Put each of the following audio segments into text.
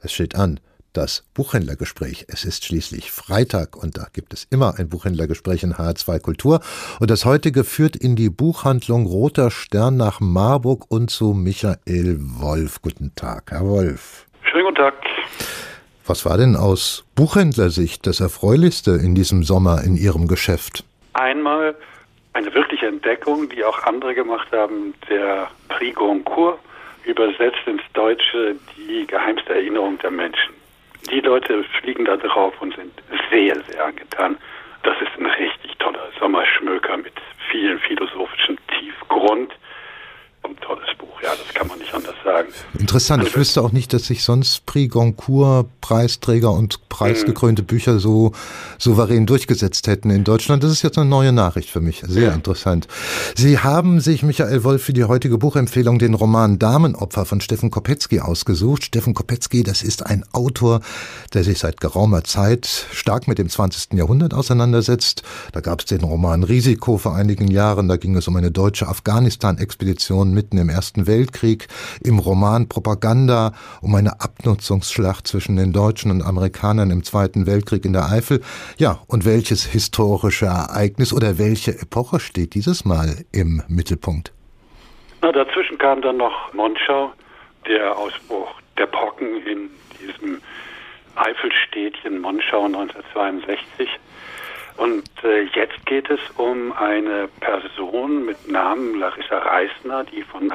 Es steht an, das Buchhändlergespräch. Es ist schließlich Freitag und da gibt es immer ein Buchhändlergespräch in HR2 Kultur. Und das heutige führt in die Buchhandlung Roter Stern nach Marburg und zu Michael Wolf. Guten Tag, Herr Wolf. Schönen guten Tag. Was war denn aus Buchhändlersicht das Erfreulichste in diesem Sommer in Ihrem Geschäft? Einmal eine wirkliche Entdeckung, die auch andere gemacht haben, der Prix Goncourt, übersetzt ins Deutsche die geheimste Erinnerung der Menschen. Die Leute fliegen da drauf und sind sehr, sehr angetan. Das ist ein richtig toller Sommerschmöker mit vielen philosophischen Tiefgrund. Ein tolles Buch, ja, das kann man nicht anders sagen. Interessant, ich wüsste auch nicht, dass sich sonst Prix Goncourt Preisträger und preisgekrönte Bücher so souverän durchgesetzt hätten in Deutschland. Das ist jetzt eine neue Nachricht für mich, sehr interessant. Sie haben sich, Michael Wolf, für die heutige Buchempfehlung den Roman Damenopfer von Steffen Kopetzky ausgesucht. Steffen Kopetzky, das ist ein Autor, der sich seit geraumer Zeit stark mit dem 20. Jahrhundert auseinandersetzt. Da gab es den Roman Risiko vor einigen Jahren, da ging es um eine deutsche Afghanistan-Expedition mitten im Ersten Weltkrieg, im Roman Propaganda um eine Abnutzungsschlacht zwischen den Deutschen und Amerikanern im Zweiten Weltkrieg in der Eifel. Ja, und welches historische Ereignis oder welche Epoche steht dieses Mal im Mittelpunkt? Na, dazwischen kam dann noch Monschau, der Ausbruch der Pocken in diesem Eifelstädtchen Monschau 1962. Und jetzt geht es um eine Person mit Namen Larissa Reisner, die von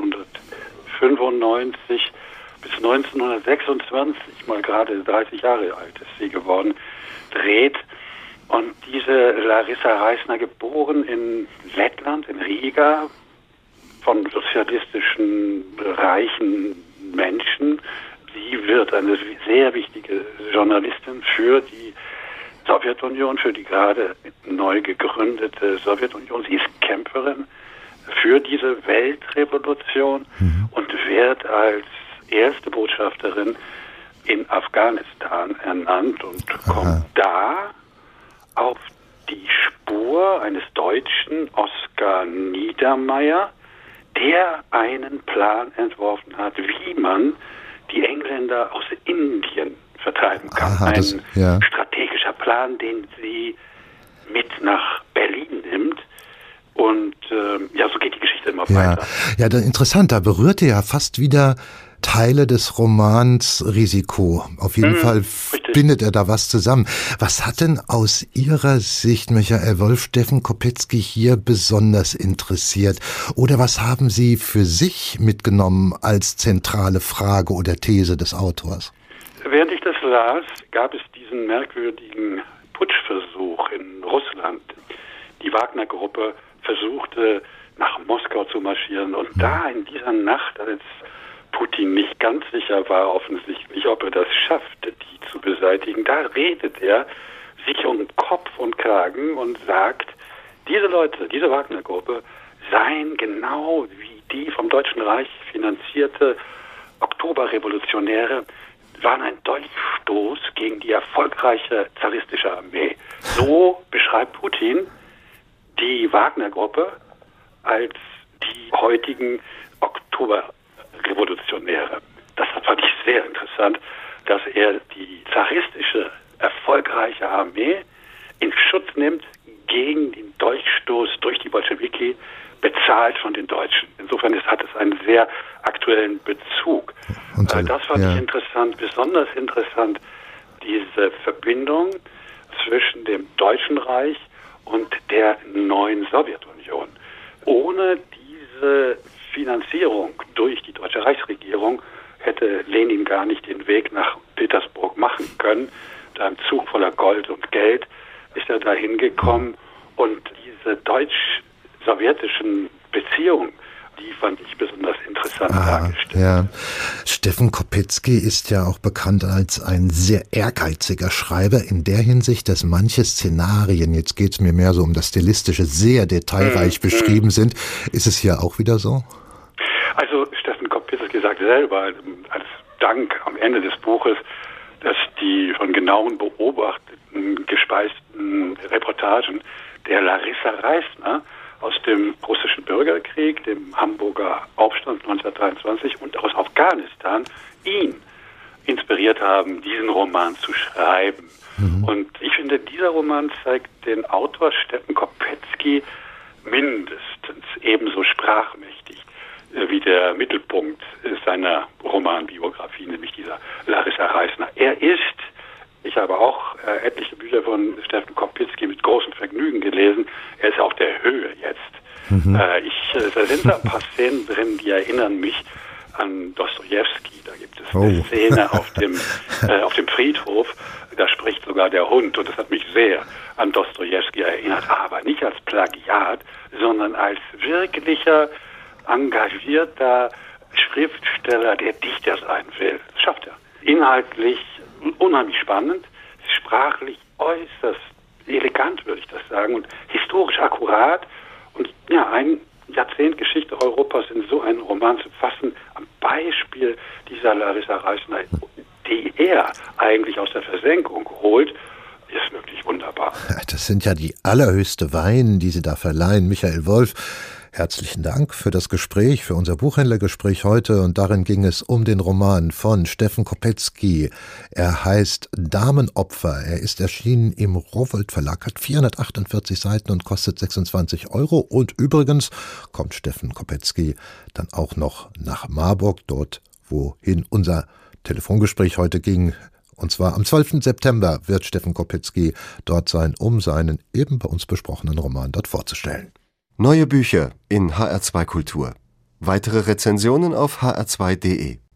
1895 bis 1926, mal gerade 30 Jahre alt ist sie geworden, dreht. Und diese Larissa Reisner, geboren in Lettland, in Riga, von sozialistischen, reichen Menschen, sie wird eine sehr wichtige Journalistin für die Sowjetunion, für die gerade neu gegründete Sowjetunion. Sie ist Kämpferin für diese Weltrevolution und wird als erste Botschafterin in Afghanistan ernannt und kommt da auf die Spur eines Deutschen, Oskar Niedermeyer, der einen Plan entworfen hat, wie man die Engländer aus Indien vertreiben kann. Ein strategischer Plan, den sie mit nach Berlin nimmt. Und so geht die Geschichte immer weiter. Ja, interessant. Da berührte ja fast wieder Teile des Romans Risiko. Auf jeden Fall bindet er da was zusammen. Was hat denn aus Ihrer Sicht, Michael Wolf, Steffen Kopetzky hier besonders interessiert? Oder was haben Sie für sich mitgenommen als zentrale Frage oder These des Autors? Während ich das las, gab es diesen merkwürdigen Putschversuch in Russland. Die Wagner-Gruppe versuchte, nach Moskau zu marschieren. Und da in dieser Nacht, als Putin nicht ganz sicher war offensichtlich, ob er das schaffte, die zu beseitigen, da redet er sich um Kopf und Kragen und sagt, diese Leute, diese Wagner-Gruppe seien genau wie die vom Deutschen Reich finanzierte Oktoberrevolutionäre, waren ein Dolchstoß gegen die erfolgreiche zaristische Armee. So beschreibt Putin die Wagner-Gruppe als die heutigen Oktoberrevolutionäre. Das fand ich sehr interessant, dass er die zaristische erfolgreiche Armee in Schutz nimmt gegen den Dolchstoß durch die Bolschewiki, bezahlt von den Deutschen. Insofern hat es einen sehr aktuellen Bezug. Das fand ich interessant, besonders interessant, diese Verbindung zwischen dem Deutschen Reich und der neuen Sowjetunion. Ohne diese Finanzierung durch die deutsche Reichsregierung hätte Lenin gar nicht den Weg nach Petersburg machen können. Mit einem Zug voller Gold und Geld ist er da hingekommen. Und diese deutsch-sowjetischen Beziehungen, die fand ich besonders interessant dargestellt. Ja. Steffen Kopetzky ist ja auch bekannt als ein sehr ehrgeiziger Schreiber in der Hinsicht, dass manche Szenarien, jetzt geht es mir mehr so um das Stilistische, sehr detailreich beschrieben sind. Ist es hier auch wieder so? Also Steffen Kopetzky sagt selber als Dank am Ende des Buches, dass die von genauen beobachteten, gespeisten Reportagen der Larissa Reisner aus dem russischen Bürgerkrieg, dem Hamburger Aufstand 1923 und aus Afghanistan ihn inspiriert haben, diesen Roman zu schreiben. Und ich finde, dieser Roman zeigt den Autor Steffen Kopetzky mindestens ebenso sprachmächtig wie der Mittelpunkt seiner Romanbiografie, nämlich dieser Larissa Reisner. Ich habe auch etliche Bücher von Steffen Kopetzky mit großem Vergnügen gelesen. Er ist auf der Höhe jetzt. Da sind ein paar Szenen drin, die erinnern mich an Dostojewski. Da gibt es eine Szene auf dem Friedhof, da spricht sogar der Hund, und das hat mich sehr an Dostojewski erinnert, aber nicht als Plagiat, sondern als wirklicher, engagierter Schriftsteller, der Dichter sein will. Das schafft er. Inhaltlich unheimlich spannend, sprachlich äußerst elegant, würde ich das sagen, und historisch akkurat. Und ja, ein Jahrzehnt Geschichte Europas in so einen Roman zu fassen, am Beispiel dieser Larissa Reisner, die er eigentlich aus der Versenkung holt, ist wirklich wunderbar. Das sind ja die allerhöchste Weihen, die Sie da verleihen. Michael Wolf, herzlichen Dank für das Gespräch, für unser Buchhändlergespräch heute. Und darin ging es um den Roman von Steffen Kopetzky. Er heißt Damenopfer. Er ist erschienen im Rowohlt Verlag, hat 448 Seiten und kostet 26 €. Und übrigens kommt Steffen Kopetzky dann auch noch nach Marburg, dort wohin unser Telefongespräch heute ging. Und zwar am 12. September wird Steffen Kopetzky dort sein, um seinen eben bei uns besprochenen Roman dort vorzustellen. Neue Bücher in HR2 Kultur. Weitere Rezensionen auf hr2.de.